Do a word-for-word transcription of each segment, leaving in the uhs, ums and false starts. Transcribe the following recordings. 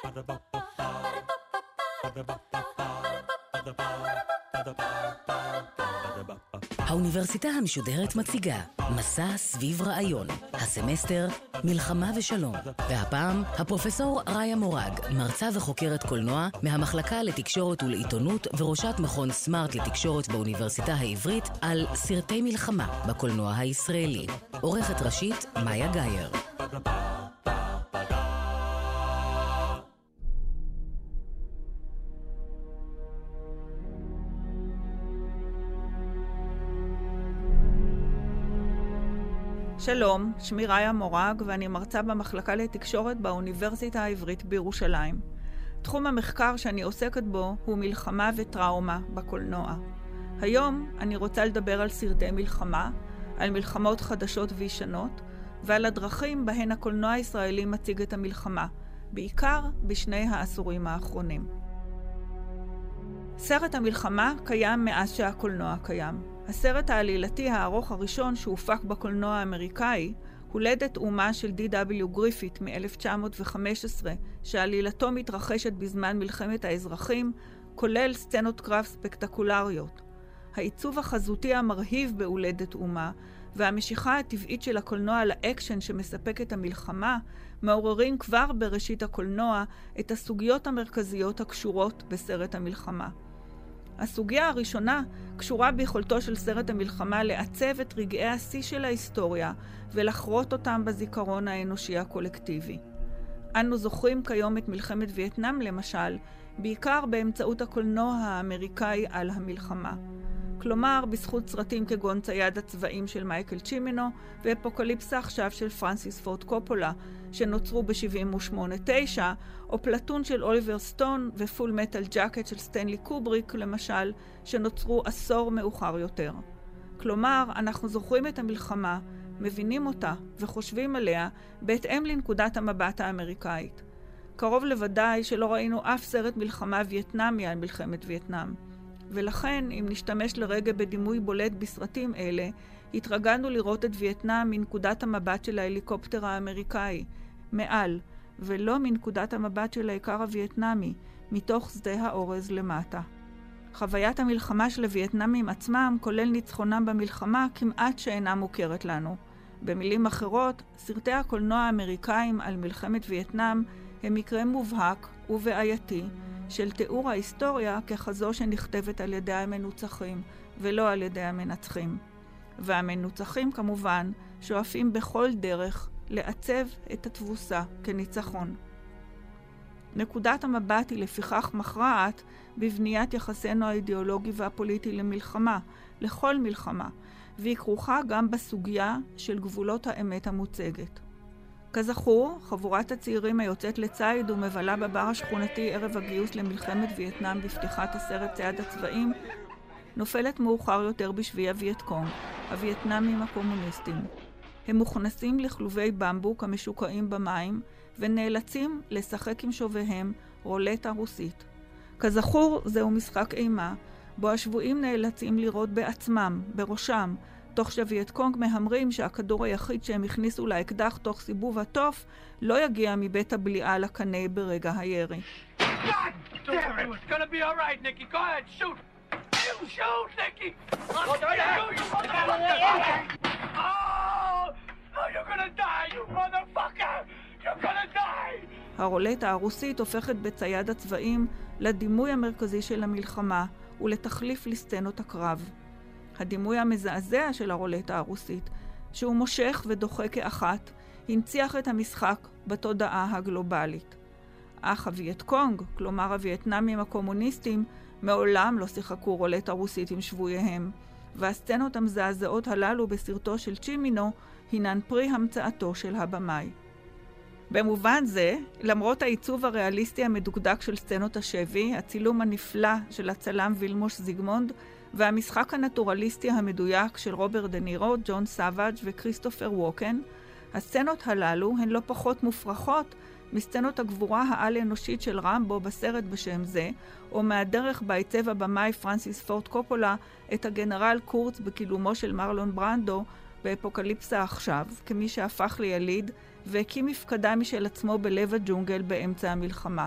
האוניברסיטה המשודרת מציגה מסע סביב רעיון, הסמסטר מלחמה ושלום, והפעם הפרופסור ראיה מורג, מרצה וחוקרת קולנוע מהמחלקה לתקשורת ולעיתונות וראשת מכון סמארט לתקשורת באוניברסיטה העברית, על סרטי מלחמה בקולנוע הישראלי. עורכת ראשית מאיה גייר. שלום, שמי ראיה מורג ואני מרצה במחלקה לתקשורת באוניברסיטה העברית בירושלים. תחום המחקר שאני עוסקת בו הוא מלחמה וטראומה בקולנוע. היום אני רוצה לדבר על סרטי מלחמה, על מלחמות חדשות וישנות, ועל הדרכים בהן הקולנוע הישראלי מציג את המלחמה, בעיקר בשני העשורים האחרונים. סרט המלחמה קיים מאז שהקולנוע קיים. הסרט העלילתי הארוך הראשון שהופק בקולנוע האמריקאי, הולדת אומה של די דאבליו גריפית מ-אלף תשע מאות וחמש עשרה, שעלילתו מתרחשת בזמן מלחמת האזרחים, כולל סצנות קרב ספקטקולריות. העיצוב החזותי המרהיב בהולדת אומה, והמשיכה הטבעית של הקולנוע לאקשן שמספק את המלחמה, מעוררים כבר בראשית הקולנוע את הסוגיות המרכזיות הקשורות בסרט המלחמה. הסוגיה הראשונה קשורה ביכולתו של סרט המלחמה לעצב את רגעי השיא של ההיסטוריה ולחרות אותם בזיכרון האנושי הקולקטיבי. אנו זוכרים כיום את מלחמת וייטנאם למשל, בעיקר באמצעות הקולנוע האמריקאי על המלחמה. כלומר, בזכות סרטים כגון צייד הצבעים של מייקל צ'ימינו ואפוקליפסה עכשיו של פרנסיס פורד קופולה, שנוצרו ב-שבעים ושמונה תשע, או פלטון של אוליבר סטון ופול מטל ג'קט של סטנלי קובריק, למשל, שנוצרו עשור מאוחר יותר. כלומר, אנחנו זוכרים את המלחמה, מבינים אותה וחושבים עליה בהתאם לנקודת המבט האמריקאית. קרוב לוודאי שלא ראינו אף סרט מלחמה וייטנאמי על מלחמת וייטנאם. ולכן, אם נשתמש לרגע בדימוי בולט בסרטים אלה, התרגלנו לראות את וייטנאם מנקודת המבט של ההליקופטר האמריקאי, מעל, ולא מנקודת המבט של העיקר הווייטנאמי, מתוך שדה האורז למטה. חוויית המלחמה של הווייטנאמים עצמם, כולל ניצחונם במלחמה, כמעט שאינה מוכרת לנו. במילים אחרות, סרטי הקולנוע האמריקאים על מלחמת וייטנאם הם מקרה מובהק ובעייתי, של תיאור ההיסטוריה ככזו שנכתבת על ידי המנוצחים ולא על ידי המנצחים. והמנוצחים כמובן שואפים בכל דרך לעצב את התבוסה כניצחון. נקודת המבט היא לפיכך מכרעת בבניית יחסנו האידיאולוגי והפוליטי למלחמה, לכל מלחמה, והיא כרוכה גם בסוגיה של גבולות האמת המוצגת. כזכור, חבורת הצעירים היוצאת לצייד ומבלה בבר השכונתי ערב הגיוס למלחמת וייטנאם בפתיחת הסרט צייד הצבעים, נופלת מאוחר יותר בשבי הווייטקונג, הווייטנאמים הקומוניסטים. הם מוכנסים לכלובי במבוק המשוקעים במים ונאלצים לשחק עם שוביהם רולטה רוסית. כזכור, זהו משחק אימה, בו השבויים נאלצים לראות בעצמם, בראשם, תוך שווייטקונג מהמרים שהכדור היחיד שהם הכניסו לאקדח תוך סיבוב הטוף לא יגיע מבית הבליעה לקנה ברגע הירי. God damn it! It's gonna be all right, Nicky. Go ahead, shoot! You shoot, Nicky! Oh, no, you're gonna die, you motherfucker! You're gonna die! הרולטה הרוסית הופכת בצייד הצבעים לדימוי המרכזי של המלחמה ולתחליף לסצנות הקרב. הדימוי המזעזע של הרולטה הרוסית, שהוא מושך ודוחה כאחת, הנציח את המשחק בתודעה הגלובלית. אך הווייטקונג, כלומר הווייטנאמים הקומוניסטים, מעולם לא שיחקו רולטה רוסית עם שבוייהם, והסצנות המזעזעות הללו בסרטו של צ'ימינו הינן פרי המצאתו של הבמאי. במובן זה, למרות העיצוב הריאליסטי המדוקדק של סצנות השבי, הצילום הנפלא של הצלם וילמוש זיגמונד, והמשחק הנטורליסטי המדויק של רוברט דה נירו, ג'ון סאבאג' וכריסטופר ווקן, הסצנות הללו הן לא פחות מופרכות מסצנות הגבורה העל-אנושית של רמבו בסרט בשם זה, או מהדרך בה עיצב הבמאי פרנסיס פורד קופולה את הגנרל קורץ בקילומו של מרלון ברנדו, באפוקליפסה עכשיו, כמי שהפך ליליד והקים מפקדה משל עצמו בלב הג'ונגל באמצע המלחמה.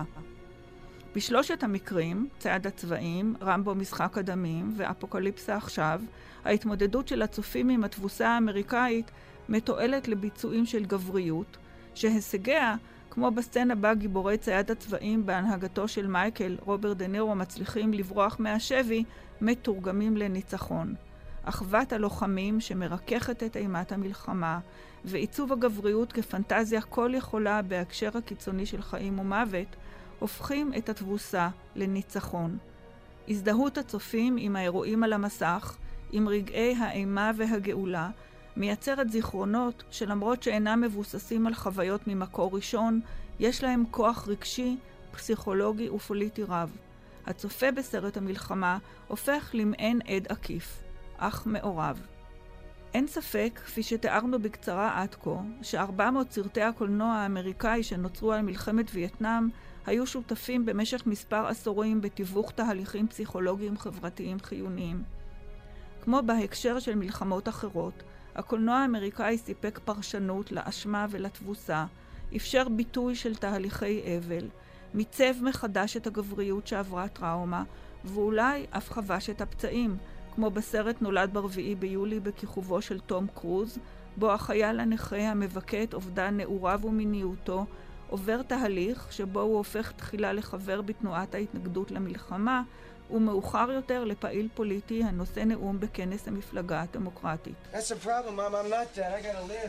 בשלושת המקרים, צעד הצבעים, רמבו משחק הדמים ואפוקליפסה עכשיו, ההתמודדות של הצופים עם התבוסה האמריקאית מתועלת לביצועים של גבריות, שהישגיה, כמו בסצנה בה גיבורי צעד הצבעים בהנהגתו של מייקל, רוברט דה נירו, מצליחים לברוח מהשבי, מתורגמים לניצחון. אחוות הלוחמים שמרככת את אימת המלחמה, ועיצוב הגבריות כפנטזיה כל יכולה בהקשר הקיצוני של חיים ומוות, הופכים את התבוסה לניצחון. הזדהות הצופים עם האירועים על המסך, עם רגעי האימה והגאולה, מייצרת זיכרונות שלמרות שאינם מבוססים על חוויות ממקור ראשון, יש להם כוח רגשי, פסיכולוגי ופוליטי רב. הצופה בסרט המלחמה הופך למעין עד עקיף, אך מעורב. אין ספק, כפי שתיארנו בקצרה עד כה, ש-ארבע מאות סרטי הקולנוע האמריקאי שנוצרו על מלחמת וייטנאם היו שותפים במשך מספר עשורים בתיווך תהליכים פסיכולוגיים חברתיים חיוניים. כמו בהקשר של מלחמות אחרות, הקולנוע האמריקאי סיפק פרשנות לאשמה ולתבוסה, אפשר ביטוי של תהליכי אבל, מיצב מחדש את הגבריות שעברה טראומה, ואולי אף חבש את הפצעים, כמו בסרט נולד ברביעי ביולי בכיכובו של תום קרוז, בו החייל הנכה המבכה את אובדן נעוריו ומיניותו, עובר תהליך שבו הוא הופך תחילה לחבר בתנועת ההתנגדות למלחמה, ומאוחר יותר לפעיל פוליטי הנושא נאום בכנס המפלגה הדמוקרטית. That's the problem, Mom. I'm not dead. I gotta live.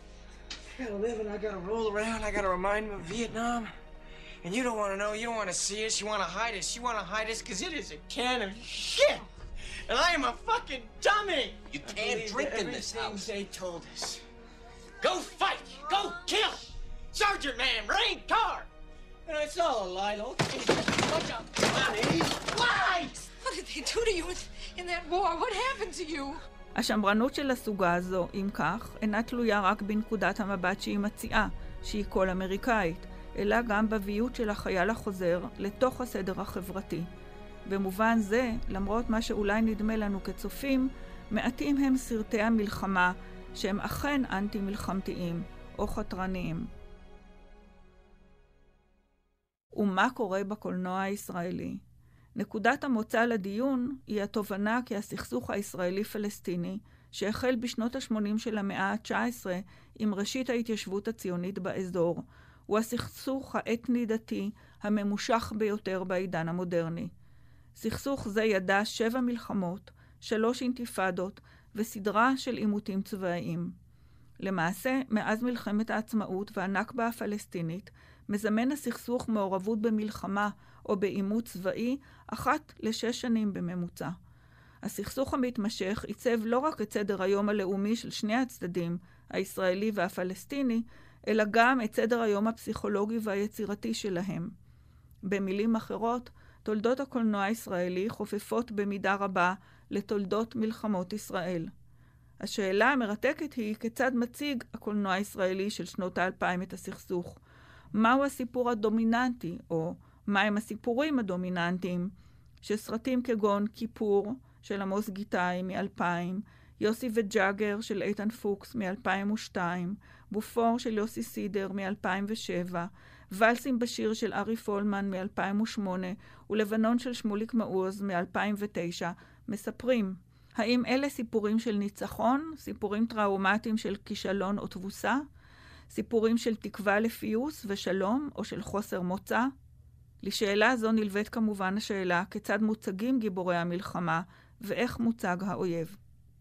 I gotta live and I gotta roll around. I gotta remind him of Vietnam. And you don't want to know. You don't want to see us. You want to hide us. You want to hide us because it is a can of shit. And I am a fucking dummy. You can't drink in this house. They told us. Go fight. Go kill. Sergeant Man, rain car. And it's all a lie, though. Bunch of funny lies. What did they do to you in that war? What happened to you? השמרנות של הסוגה הזו, אם כך, אינה תלויה רק בנקודת המבט שהיא מציעה, שהיא כל אמריקאית, אלא גם בביות של החייל החוזר לתוך הסדר החברתי. במובן זה, למרות מה שאולי נדמה לנו כצופים, מעטים הם סרטי המלחמה שהם אכן אנטי-מלחמתיים או חתרניים. ומה קורה בקולנוע הישראלי? נקודת המוצא לדיון היא התובנה כי הסכסוך הישראלי-פלסטיני, שהחל בשנות ה-שמונים של המאה ה-תשע עשרה עם ראשית ההתיישבות הציונית באזור, הוא הסכסוך האתני-דתי הממושך ביותר בעידן המודרני. סכסוך זה ידע שבע מלחמות, שלוש אינתיפאדות וסדרה של עימותים צבאיים. למעשה, מאז מלחמת העצמאות והנכבה הפלסטינית, מזמן הסכסוך מעורבות במלחמה או בעימות צבאי אחת לשש שנים בממוצע. הסכסוך המתמשך עיצב לא רק את סדר היום הלאומי של שני הצדדים, הישראלי והפלסטיני, אלא גם את סדר היום הפסיכולוגי והיצירתי שלהם. במילים אחרות, תולדות הקולנוע הישראלי חופפות במידה רבה לתולדות מלחמות ישראל. השאלה המרתקת היא כיצד מציג הקולנוע הישראלי של שנות האלפיים את הסכסוך. מהו הסיפור הדומיננטי, או מהם הסיפורים הדומיננטיים, שסרטים כגון כיפור של עמוס גיטאי מ-אלפיים, יוסי וג'אגר של איתן פוקס מ-אלפיים ושתיים, בופור של יוסי סידר מ-אלפיים ושבע, ולסים בשיר של ארי פולמן מ-אלפיים ושמונה, ולבנון של שמוליק מעוז מ-אלפיים ותשע, מספרים. האם אלה סיפורים של ניצחון, סיפורים טראומטיים של כישלון או תבוסה, סיפורים של תקווה לפיוס ושלום או של חוסר מוצא? לשאלה זו נלווית כמובן השאלה כיצד מוצגים גיבורי המלחמה ואיך מוצג האויב.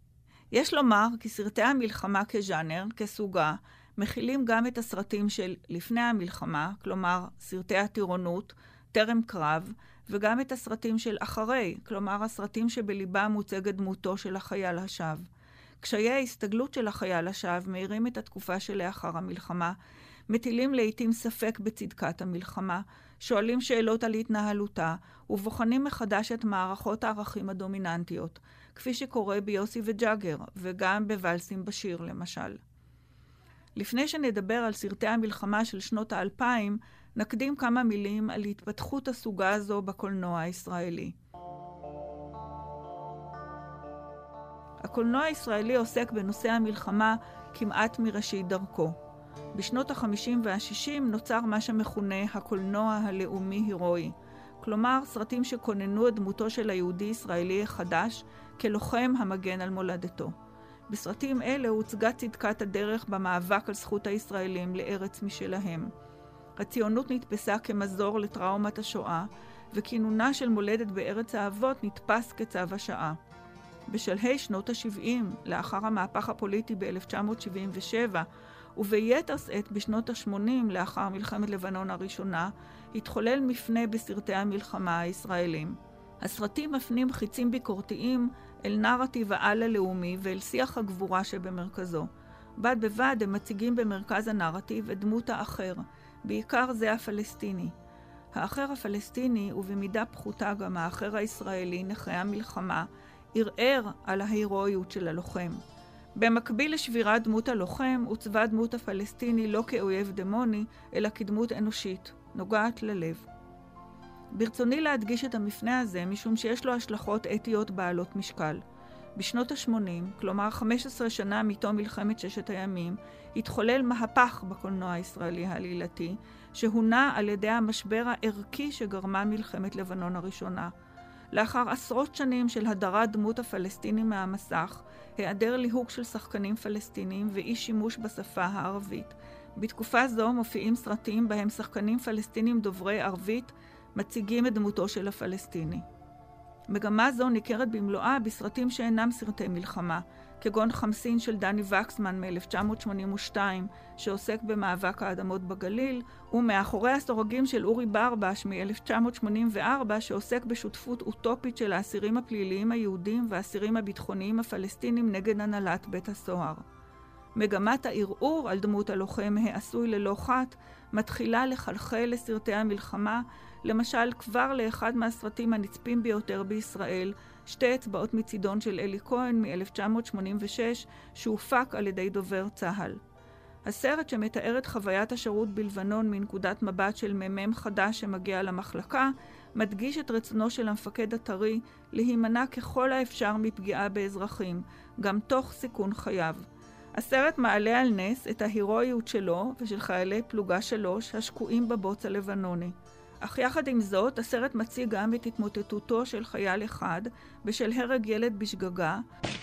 יש לומר כי סרטי המלחמה כז'אנר, כסוגה, מכילים גם את הסרטים של לפני המלחמה, כלומר סרטי הטירונות, טרם קרב, וגם את הסרטים של אחרי, כלומר הסרטים שבליבה מוצגת דמותו של החייל השב. קשיי ההסתגלות של החייל השב מאירים את התקופה שלאחר המלחמה, מטילים לעתים ספק בצדקת המלחמה, שואלים שאלות על התנהלותה, ובוחנים מחדש את מערכות הערכים הדומיננטיות, כפי שקורה ביוסי וג'אגר, וגם בוולסים בשיר למשל. לפני שנדבר על סרטי המלחמה של שנות האלפיים, נקדים כמה מילים על התפתחות הסוגה הזו בקולנוע הישראלי. הקולנוע הישראלי עוסק בנושא המלחמה כמעט מראשית דרכו. בשנות ה-חמישים וה-שישים נוצר מה שמכונה הקולנוע הלאומי-הירואי, כלומר סרטים שכוננו את דמותו של היהודי-ישראלי החדש כלוחם המגן על מולדתו. בסרטים אלה הוצגה צדקת הדרך במאבק על זכות הישראלים לארץ משלהם. הציונות נתפסה כמזור לטראומת השואה, וכינונה של מולדת בארץ האבות נתפס כצו השעה. בשלהי שנות ה-שבעים, לאחר המהפך הפוליטי ב-אלף תשע מאות שבעים ושבע, וביתר שאת בשנות ה-שמונים, לאחר מלחמת לבנון הראשונה, התחולל מפנה בסרטי המלחמה הישראלים. הסרטים מפנים חיצים ביקורתיים אל נרטיב העל הלאומי ואל שיח הגבורה שבמרכזו. בד בבד הם מציגים במרכז הנרטיב את דמות האחר, בעיקר זה הפלסטיני. האחר הפלסטיני, ובמידה פחותה גם האחר הישראלי, נכי המלחמה, ערער על ההירואיות של הלוחם. במקביל לשבירת דמות הלוחם, הוצבה דמות הפלסטיני לא כאויב דמוני, אלא כדמות אנושית, נוגעת ללב. ברצוני להדגיש את המפנה הזה, משום שיש לו השלכות אתיות בעלות משקל. בשנות ה-שמונים, כלומר חמש עשרה שנה מתום מלחמת ששת הימים, התחולל מהפך בקולנוע הישראלי העלילתי, שהונה על ידי המשבר הערכי שגרמה מלחמת לבנון הראשונה. לאחר עשרות שנים של הדרת דמות הפלסטינים מהמסך, היעדר ליהוק של שחקנים פלסטינים ואי שימוש בשפה הערבית. בתקופה זו מופיעים סרטים בהם שחקנים פלסטינים דוברי ערבית מציגים את דמותו של הפלסטיני. מגמה זו ניכרת במלואה בסרטים שאינם סרטי מלחמה, כגון חמסין של דני וקסמן מ-אלף תשע מאות שמונים ושתיים, שעוסק במאבק האדמות בגליל, ומאחורי הסורגים של אורי ברבש מ-אלף תשע מאות שמונים וארבע, שעוסק בשותפות אוטופית של האסירים הפליליים היהודים והאסירים הביטחוניים הפלסטינים נגד הנהלת בית הסוהר. מגמת הערעור על דמות הלוחם העשוי ללא חת מתחילה לחלחל לסרטי המלחמה, למשל כבר לאחד מהסרטים הנצפים ביותר בישראל, שתי אצבעות מצידון של אלי כהן מ-אלף תשע מאות שמונים ושש, שהופק על ידי דובר צה"ל. הסרט שמתאר את חוויית השירות בלבנון מנקודת מבט של ממם חדש שמגיע למחלקה, מדגיש את רצונו של המפקד הטרי להימנע ככל האפשר מפגיעה באזרחים, גם תוך סיכון חייו. הסרט מעלה על נס את ההירואיות שלו ושל חיילי פלוגה שלוש השקועים בבוץ הלבנוני. אך יחד עם זאת, הסרט מציג גם את התמוטטותו של חייל אחד בשל הרג ילד בשגגה.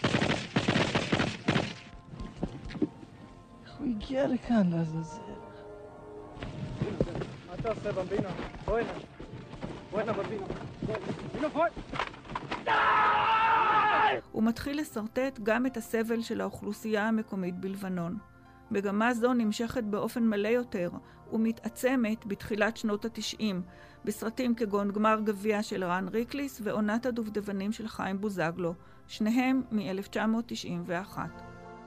איך הוא הגיע לכאן לעזאזל? מה אתה עושה במבינה? בוא הנה. בוא הנה במבינה. בינה בוא! הוא מתחיל לסרטט גם את הסבל של האוכלוסייה המקומית בלבנון. מגמה זו נמשכת באופן מלא יותר ומתעצמת בתחילת שנות ה-תשעים, בסרטים כגון גמר גביע של רן ריקליס ועונת הדובדבנים של חיים בוזגלו, שניהם מ-אלף תשע מאות תשעים ואחת.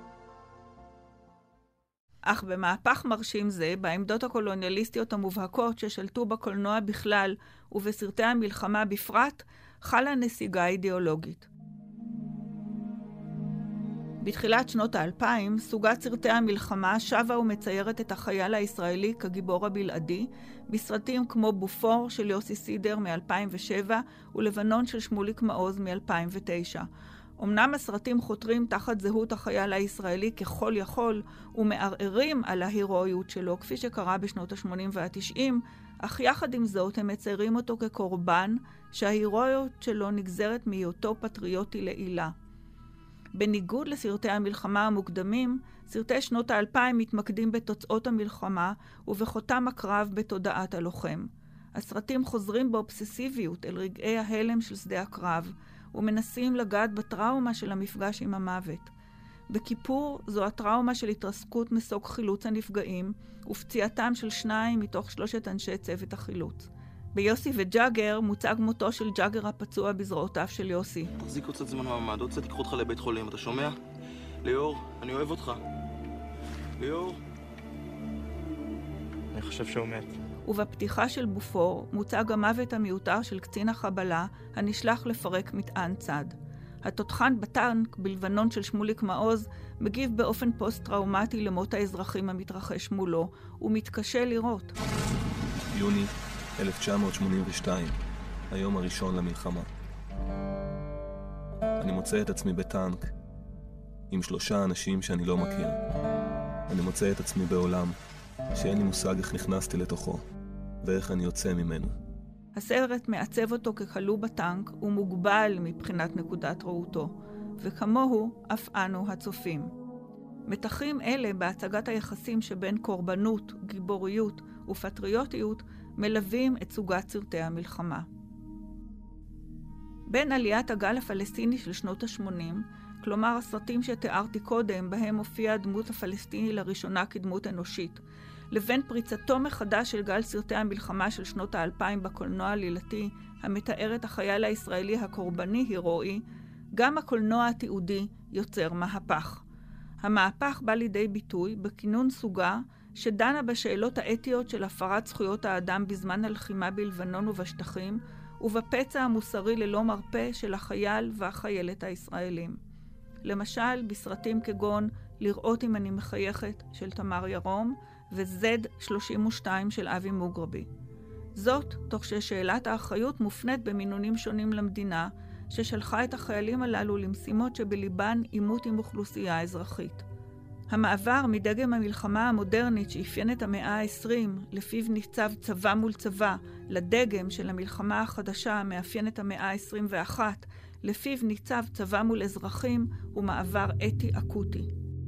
אך במהפך מרשים זה, בעמדות הקולוניאליסטיות המובהקות ששלטו בקולנוע בכלל ובסרטי המלחמה בפרט, חלה נסיגה אידיאולוגית. בתחילת שנות האלפיים, סוגת סרטי המלחמה שבה ומציירת את החייל הישראלי כגיבור הבלעדי, בסרטים כמו בופור של יוסי סידר מ-אלפיים ושבע ולבנון של שמוליק מעוז מ-אלפיים ותשע. אמנם הסרטים חותרים תחת זהות החייל הישראלי ככל יכול ומערערים על ההירואיות שלו, כפי שקרה בשנות ה-שמונים וה-תשעים, אך יחד עם זאת הם מציירים אותו כקורבן שההירואיות שלו נגזרת מהיותו פטריוטי לעילה. בניגוד לסרטי המלחמה המוקדמים, סרטי שנות האלפיים מתמקדים בתוצאות המלחמה ובחותם הקרב בתודעת הלוחם. הסרטים חוזרים באובססיביות אל רגעי ההלם של שדה הקרב ומנסים לגעת בטראומה של המפגש עם המוות. בכיפור זו הטראומה של התרסקות מסוג חילוץ הנפגעים ופציעתם של שניים מתוך שלושת אנשי צוות החילוץ. ביוסי וג'אגר מוצג מותו של ג'אגר הפצוע בזרועותיו של יוסי. תחזיק עוד קצת זמן מהמעמד, עוד קצת תיקחו אותך לבית חולים, אתה שומע? ליאור, אני אוהב אותך. ליאור. אני חושב שהוא מת. ובפתיחה של בופור מוצג המוות המיותר של קצין החבלה הנשלח לפרק מטען צד. התותחן בטנק בלבנון של שמוליק מעוז מגיב באופן פוסט-טראומטי למות האזרחים המתרחש מולו ומתקשה לראות. יוני אלף תשע מאות שמונים ושתיים, היום הראשון למלחמה. אני מוצא את עצמי בטנק, עם שלושה אנשים שאני לא מכיר. אני מוצא את עצמי בעולם שאין לי מושג איך נכנסתי לתוכו ואיך אני יוצא ממנו. הסרט מעצב אותו ככלוא בטנק ומוגבל מבחינת נקודת ראותו, וכמוהו אף אנו הצופים. מתחים אלה בהצגת היחסים שבין קורבנות, גיבוריות ופטריוטיות מלווים את סוגת סרטי המלחמה. בין עליית הגל הפלסטיני של שנות ה-שמונים, כלומר הסרטים שתיארתי קודם בהם הופיעה הדמות הפלסטיני לראשונה כדמות אנושית, לבין פריצתו מחדש של גל סרטי המלחמה של שנות האלפיים בקולנוע העלילתי, המתאר את החייל הישראלי הקורבני הירואי, גם הקולנוע התיעודי יוצר מהפך. המהפך בא לידי ביטוי בכינון סוגה שדנה בשאלות האתיות של הפרת זכויות האדם בזמן הלחימה בלבנון ובשטחים, ובפצע המוסרי ללא מרפא של החייל והחיילת הישראלים. למשל, בסרטים כגון לראות אם אני מחייכת של תמר ירום ו-זד שלושים ושתיים של אבי מוגרבי. זאת, תוך ששאלת האחריות מופנית במינונים שונים למדינה, ששלחה את החיילים הללו למשימות שבליבן עימות עם אוכלוסייה אזרחית. המעבר מדגם המלחמה המודרנית שאפיין את המאה ה-עשרים, לפיו ניצב צבא מול צבא, לדגם של המלחמה החדשה המאפיין את המאה ה-עשרים ואחת, לפיו ניצב צבא מול אזרחים, הוא מעבר אתי אקוטי.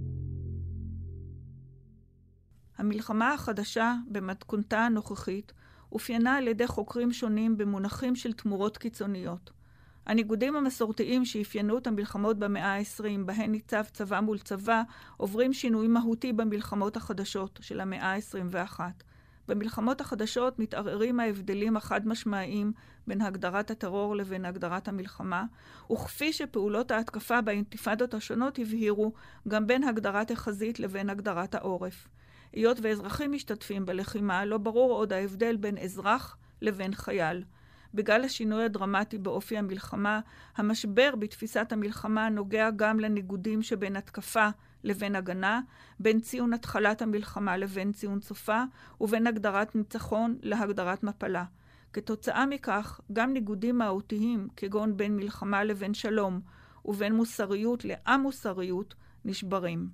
המלחמה החדשה, במתכונתה הנוכחית, אופיינה על ידי חוקרים שונים במונחים של תמורות קיצוניות. הניגודים המסורתיים שאפיינו את המלחמות במאה ה-עשרים, בהן ניצב צבא מול צבא, עוברים שינוי מהותי במלחמות החדשות של המאה ה-עשרים ואחת. במלחמות החדשות מתערערים ההבדלים החד משמעיים בין הגדרת הטרור לבין הגדרת המלחמה, וכפי שפעולות ההתקפה באינתיפאדות השונות הבהירו, גם בין הגדרת החזית לבין הגדרת העורף. היות ואזרחים משתתפים בלחימה, לא ברור עוד ההבדל בין אזרח לבין חייל. בגלל השינוי הדרמטי באופי המלחמה, המשבר בתפיסת המלחמה נוגע גם לניגודים שבין התקפה לבין הגנה, בין ציון התחלת המלחמה לבין ציון סופה, ובין הגדרת ניצחון להגדרת מפלה. כתוצאה מכך, גם ניגודים מהותיים, כגון בין מלחמה לבין שלום, ובין מוסריות לעמוסריות, נשברים.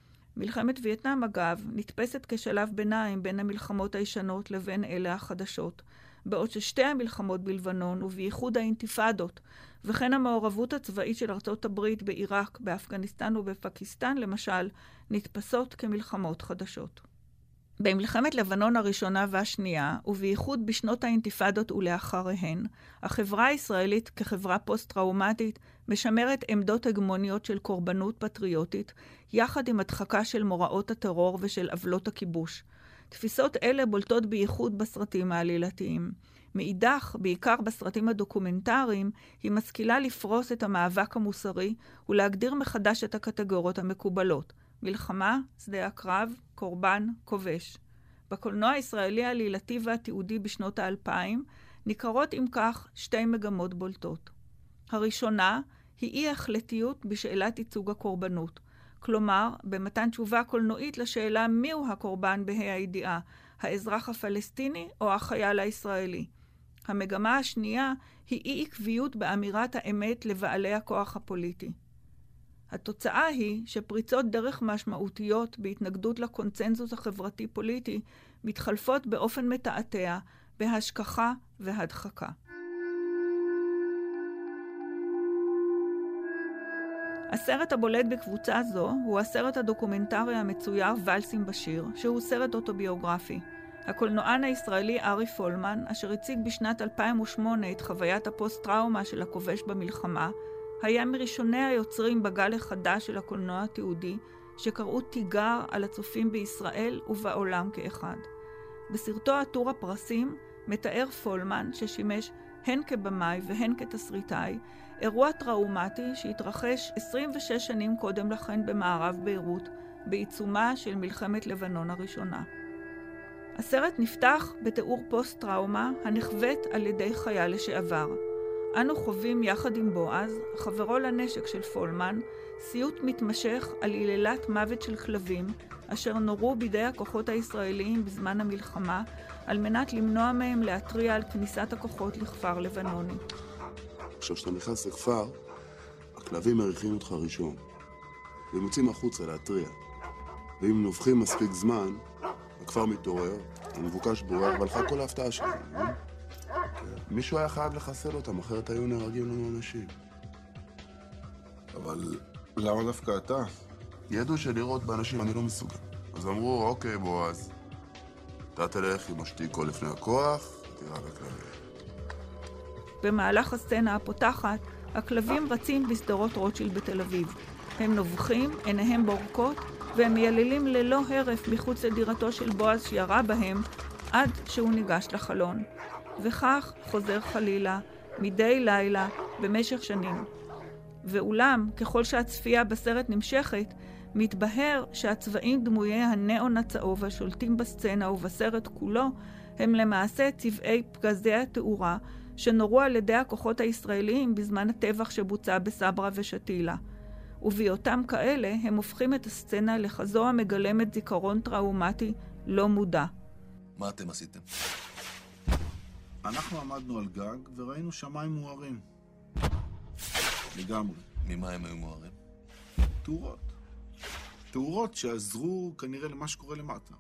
מלחמת וייטנאם, אגב, נתפסת כשלב ביניים בין המלחמות הישנות לבין אלה החדשות, בעוד ששתי המלחמות בלבנון ובייחוד האינתיפאדות, וכן המעורבות הצבאית של ארצות הברית בעיראק, באפגניסטן ובפקיסטן למשל, נתפסות כמלחמות חדשות. במלחמת לבנון הראשונה והשנייה, ובייחוד בשנות האינתיפאדות ולאחריהן, החברה הישראלית כחברה פוסט-טראומטית משמרת עמדות הגמוניות של קורבנות פטריוטית, יחד עם הדחקה של מוראות הטרור ושל עוולות הכיבוש. תפיסות אלה בולטות בייחוד בסרטים העלילתיים. מאידך, בעיקר בסרטים הדוקומנטריים, היא משכילה לפרוס את המאבק המוסרי ולהגדיר מחדש את הקטגוריות המקובלות. מלחמה, שדה הקרב, קורבן, כובש. בקולנוע הישראלי העלילתי והתיעודי בשנות האלפיים ניכרות עם כך שתי מגמות בולטות. הראשונה היא אי החלטיות בשאלת ייצוג הקורבנות. כלומר, במתן תשובה קולנועית לשאלה מיהו הקורבן בה"א הידיעה, האזרח הפלסטיני או החייל הישראלי. המגמה השנייה היא אי עקביות באמירת האמת לבעלי הכוח הפוליטי. התוצאה היא שפריצות דרך משמעותיות בהתנגדות לקונצנזוס החברתי-פוליטי מתחלפות באופן מתעתע בהשכחה והדחקה. הסרט הבולט בקבוצה זו הוא הסרט הדוקומנטרי המצויר ולסים בשיר, שהוא סרט אוטוביוגרפי. הקולנוען הישראלי ארי פולמן, אשר הציג בשנת אלפיים ושמונה את חוויית הפוסט-טראומה של הכובש במלחמה, היה מראשוני היוצרים בגל החדש של הקולנוע התיעודי, שקראו תיגר על הצופים בישראל ובעולם כאחד. בסרטו עטור הפרסים מתאר פולמן, ששימש הן כבמאי והן כתסריטאי, אירוע טראומטי שהתרחש עשרים ושש שנים קודם לכן במערב ביירות, בעיצומה של מלחמת לבנון הראשונה. הסרט נפתח בתיאור פוסט-טראומה הנחווית על ידי חייל לשעבר. אנו חווים יחד עם בועז, חברו לנשק של פולמן, סיוט מתמשך על היללת מוות של כלבים, אשר נורו בידי הכוחות הישראליים בזמן המלחמה, על מנת למנוע מהם להטריע על כניסת הכוחות לכפר לבנוני. עכשיו, כשאתה נכנס לכפר, הכלבים מריחים אותך ראשון. והם יוצאים החוצה להתריע. ואם נובחים מספיק זמן, הכפר מתעורר, המבוקש בורח, והלכה כל ההפתעה שלנו. מישהו היה חייב לחסל אותם, אחרת היו נהרגים לנו אנשים. אבל למה דווקא אתה? ידעו שלראות באנשים אני לא מסוגל. אז אמרו, אוקיי בועז, אתה תלך עם השתיקו לפני הכוח, תירה בכלבים. במהלך הסצנה הפותחת, הכלבים רצים בסדרות רוטשילד בתל אביב. הם נובחים, עיניהם בורקות, והם מייללים ללא הרף מחוץ לדירתו של בועז שירה בהם, עד שהוא ניגש לחלון. וכך חוזר חלילה, מדי לילה, במשך שנים. ואולם, ככל שהצפייה בסרט נמשכת, מתבהר שהצבעים דמויי הנאון הצהוב השולטים בסצנה ובסרט כולו, הם למעשה צבעי פגזי התאורה שנורו על ידי הכוחות הישראליים בזמן הטבח שבוצע בסברה ושתילה. ובהיותם כאלה, הם הופכים את הסצנה לחזו המגלמת זיכרון טראומטי לא מודע. מה אתם עשיתם? אנחנו עמדנו על גג וראינו שמיים מוארים. לגמרי. ממה הם היו מוארים? תאורות. תאורות שעזרו כנראה למה שקורה למטה.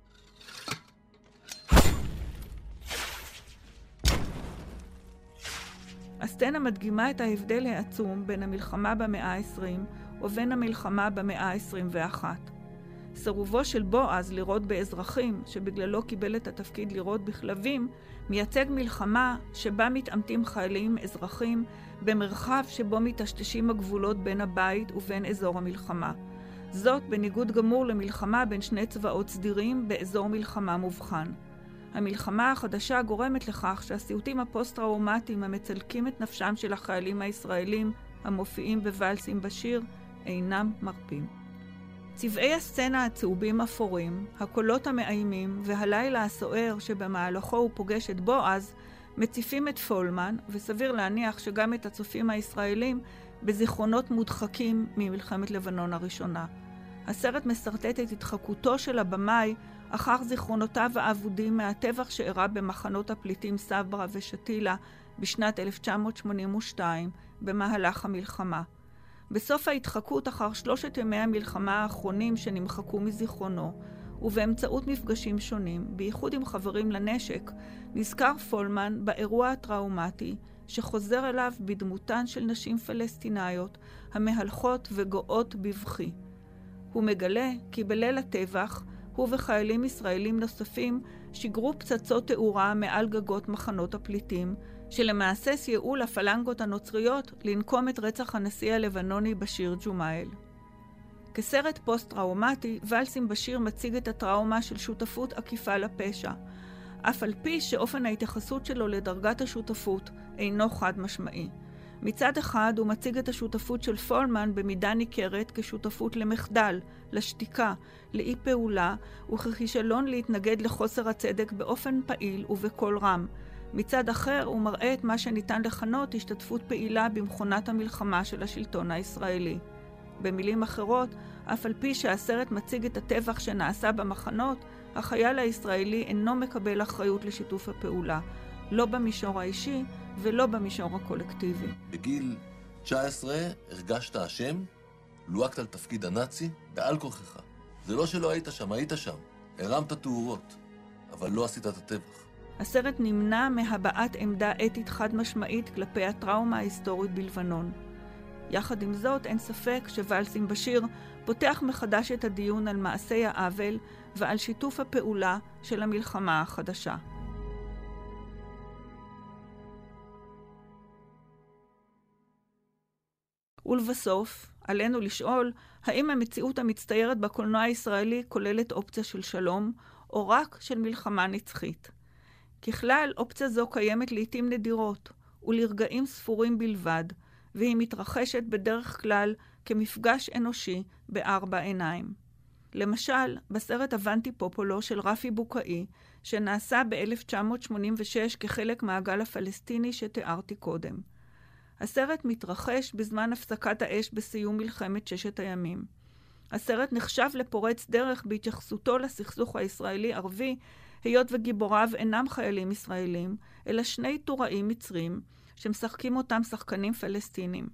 הסצנה מדגימה את ההבדל העצום בין המלחמה במאה ה-עשרים ובין המלחמה במאה ה-עשרים ואחת. סירובו של בועז לראות באזרחים, שבגללו קיבל את התפקיד לראות בכלבים, מייצג מלחמה שבה מתעמתים חיילים אזרחים במרחב שבו מתשתשים הגבולות בין הבית ובין אזור המלחמה. זאת בניגוד גמור למלחמה בין שני צבאות סדירים באזור מלחמה מובחן. המלחמה החדשה גורמת לכך שהסיוטים הפוסט-טראומטיים המצלקים את נפשם של החיילים הישראלים המופיעים בוואלסים בשיר אינם מרפים. צבעי הסצנה הצהובים אפורים, הקולות המאיימים והלילה הסוער שבמהלכו הוא פוגש את בועז מציפים את פולמן, וסביר להניח שגם את הצופים הישראלים, בזיכרונות מודחקים ממלחמת לבנון הראשונה. הסרט מסרטט את התחקותו של הבמאי אחר זיכרונותיו האבודים מהטבח שאירע במחנות הפליטים סברה ושתילה בשנת אלף תשע מאות שמונים ושתיים במהלך המלחמה. בסוף ההתחקות אחר שלושת ימי המלחמה האחרונים שנמחקו מזיכרונו, ובאמצעות מפגשים שונים, בייחוד עם חברים לנשק, נזכר פולמן באירוע הטראומטי שחוזר אליו בדמותן של נשים פלסטיניות המהלכות וגואות בבכי. הוא מגלה כי בליל הטבח הוא וחיילים ישראלים נוספים שיגרו פצצות תאורה מעל גגות מחנות הפליטים, שלמעשה סייעו לפלנגות הנוצריות לנקום את רצח הנשיא הלבנוני בשיר ג'ומאל. כסרט פוסט-טראומטי, ואלסים בשיר מציג את הטראומה של שותפות עקיפה לפשע, אף על פי שאופן ההתייחסות שלו לדרגת השותפות אינו חד משמעי. מצד אחד הוא מציג את השותפות של פולמן במידה ניכרת כשותפות למחדל, לשתיקה, לאי פעולה וככישלון להתנגד לחוסר הצדק באופן פעיל ובקול רם. מצד אחר הוא מראה את מה שניתן לכנות השתתפות פעילה במכונת המלחמה של השלטון הישראלי. במילים אחרות, אף על פי שהסרט מציג את הטבח שנעשה במחנות, החייל הישראלי אינו מקבל אחריות לשיתוף הפעולה, לא במישור האישי ולא במישור הקולקטיבי. בגיל תשע עשרה הרגשת אשם, לוהקת על תפקיד הנאצי בעל כוחך. זה לא שלא היית שם, היית שם. הרמת תאורות, אבל לא עשית את הטבח. הסרט נמנע מהבעת עמדה אתית חד משמעית כלפי הטראומה ההיסטורית בלבנון. יחד עם זאת, אין ספק שוואלסים בשיר פותח מחדש את הדיון על מעשי העוול ועל שיתוף הפעולה של המלחמה החדשה. ולבסוף, עלינו לשאול האם המציאות המצטיירת בקולנוע הישראלי כוללת אופציה של שלום או רק של מלחמה נצחית. ככלל, אופציה זו קיימת לעתים נדירות ולרגעים ספורים בלבד, והיא מתרחשת בדרך כלל כמפגש אנושי בארבע עיניים. למשל, בסרט אבנטי פופולו של רפי בוקאי, שנעשה ב-אלף תשע מאות שמונים ושש כחלק מהגל הפלסטיני שתיארתי קודם. הסרט מתרחש בזמן הפסקת האש בסיום מלחמת ששת הימים. הסרט נחשב לפורץ דרך בהתייחסותו לסכסוך הישראלי-ערבי, היות וגיבוריו אינם חיילים ישראלים, אלא שני טוראים מצרים, שמשחקים אותם שחקנים פלסטינים.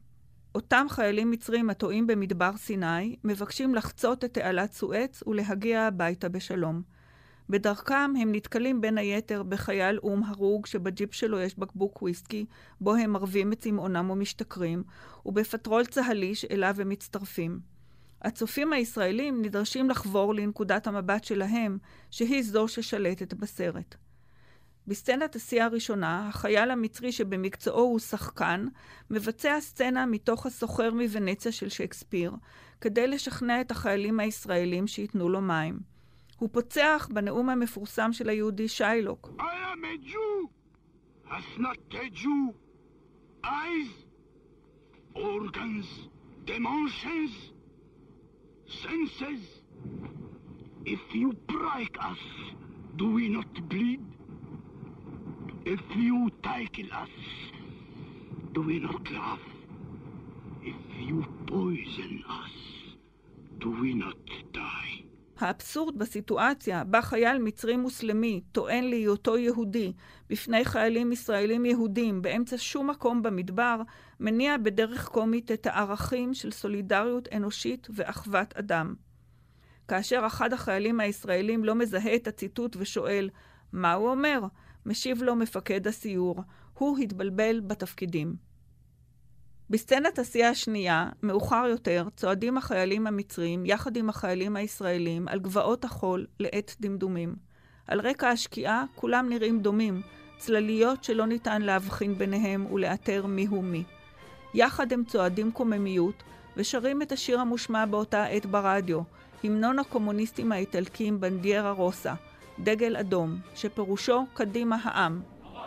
אותם חיילים מצרים הטועים במדבר סיני מבקשים לחצות את תעלת סואץ ולהגיע הביתה בשלום. בדרכם הם נתקלים בין היתר בחייל אום הרוג שבג'יפ שלו יש בקבוק וויסקי, בו הם מרבים את צמאונם ומשתכרים, ובפטרול צהלי שאליו הם מצטרפים. הצופים הישראלים נדרשים לחבור לנקודת המבט שלהם, שהיא זו ששלטת בסרט. בסצנת השיא הראשונה, החייל המצרי שבמקצועו הוא שחקן, מבצע סצנה מתוך הסוחר מוונציה של שייקספיר, כדי לשכנע את החיילים הישראלים שיתנו לו מים. הוא פוצח בנאום המפורסם של היהודי שיילוק. I am a Jew, has not a Jew, eyes, organs, emotions, senses. If you break us, do we not bleed? If you tickle us, do we not laugh? If you poison us, do we not die? האבסורד בסיטואציה בה חייל מצרי מוסלמי טוען להיותו יהודי בפני חיילים ישראלים יהודים באמצע שום מקום במדבר, מניע בדרך קומית את הערכים של סולידריות אנושית ואחוות אדם. כאשר אחד החיילים הישראלים לא מזהה את הציטוט ושואל מה הוא אומר, משיב לו מפקד הסיור, הוא התבלבל בתפקידים. בסצנת השיא השנייה, מאוחר יותר, צועדים החיילים המצרים יחד עם החיילים הישראלים על גבעות החול לעת דמדומים. על רקע השקיעה כולם נראים דומים, צלליות שלא ניתן להבחין ביניהם ולאתר מיהו מי. יחד הם צועדים קוממיות ושרים את השיר המושמע באותה עת ברדיו, המנון הקומוניסטים האיטלקים בנדיירה רוסה, דגל אדום, שפירושו קדימה העם.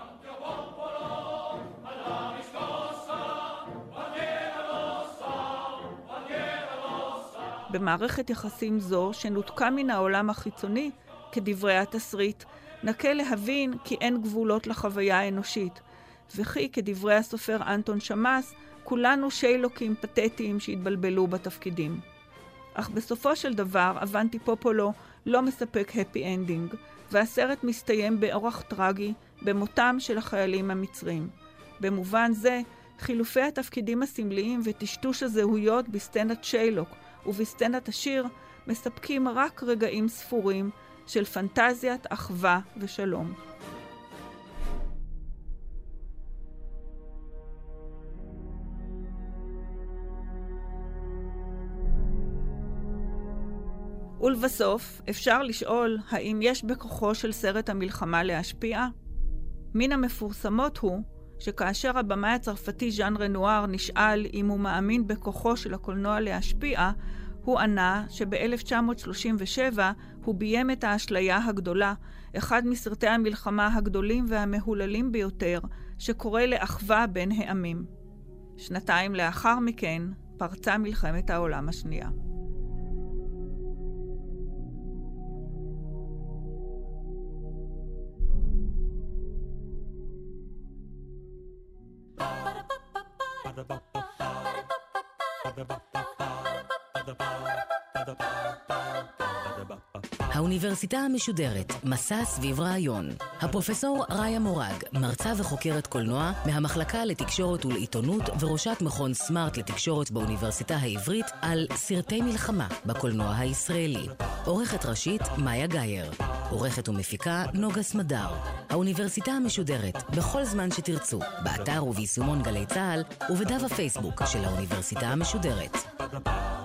במערכת יחסים זו, שנותקה מן העולם החיצוני, כדברי התסריט, נקה להבין כי אין גבולות לחוויה האנושית, וכי כדברי הסופר אנטון שמאס, כולנו שיילוקים פתטיים שהתבלבלו בתפקידים. אך בסופו של דבר, אבנטי פופולו לא מספק הפי אנדינג, והסרט מסתיים באורח טרגי במותם של החיילים המצרים. במובן זה, חילופי התפקידים הסמליים וטשטוש הזהויות בסצנת שיילוק ובסצנת השיר מספקים רק רגעים ספורים של פנטזיית אחווה ושלום. ולבסוף, אפשר לשאול האם יש בכוחו של סרט המלחמה להשפיע? מן המפורסמות הוא שכאשר הבמאי הצרפתי ז'אן רנואר נשאל אם הוא מאמין בכוחו של הקולנוע להשפיע, הוא ענה שב-אלף תשע מאות שלושים ושבע הוא ביים את האשליה הגדולה, אחד מסרטי המלחמה הגדולים והמהוללים ביותר, שקורא לאחווה בין העמים. שנתיים לאחר מכן פרצה מלחמת העולם השנייה. האוניברסיטה המשודרת, מסע סביב רעיון. הפרופסור ראיה מורג, מרצה וחוקרת קולנוע מהמחלקה לתקשורת ולעיתונות וראשת מכון סמארט לתקשורת באוניברסיטה העברית על סרטי מלחמה בקולנוע הישראלי. עורכת ראשית מאיה גייר. עורכת ומפיקה נוגה סמדר. האוניברסיטה המשודרת, בכל זמן שתרצו, באתר וביישומון גלי צהל ובדף הפייסבוק של האוניברסיטה המשודרת.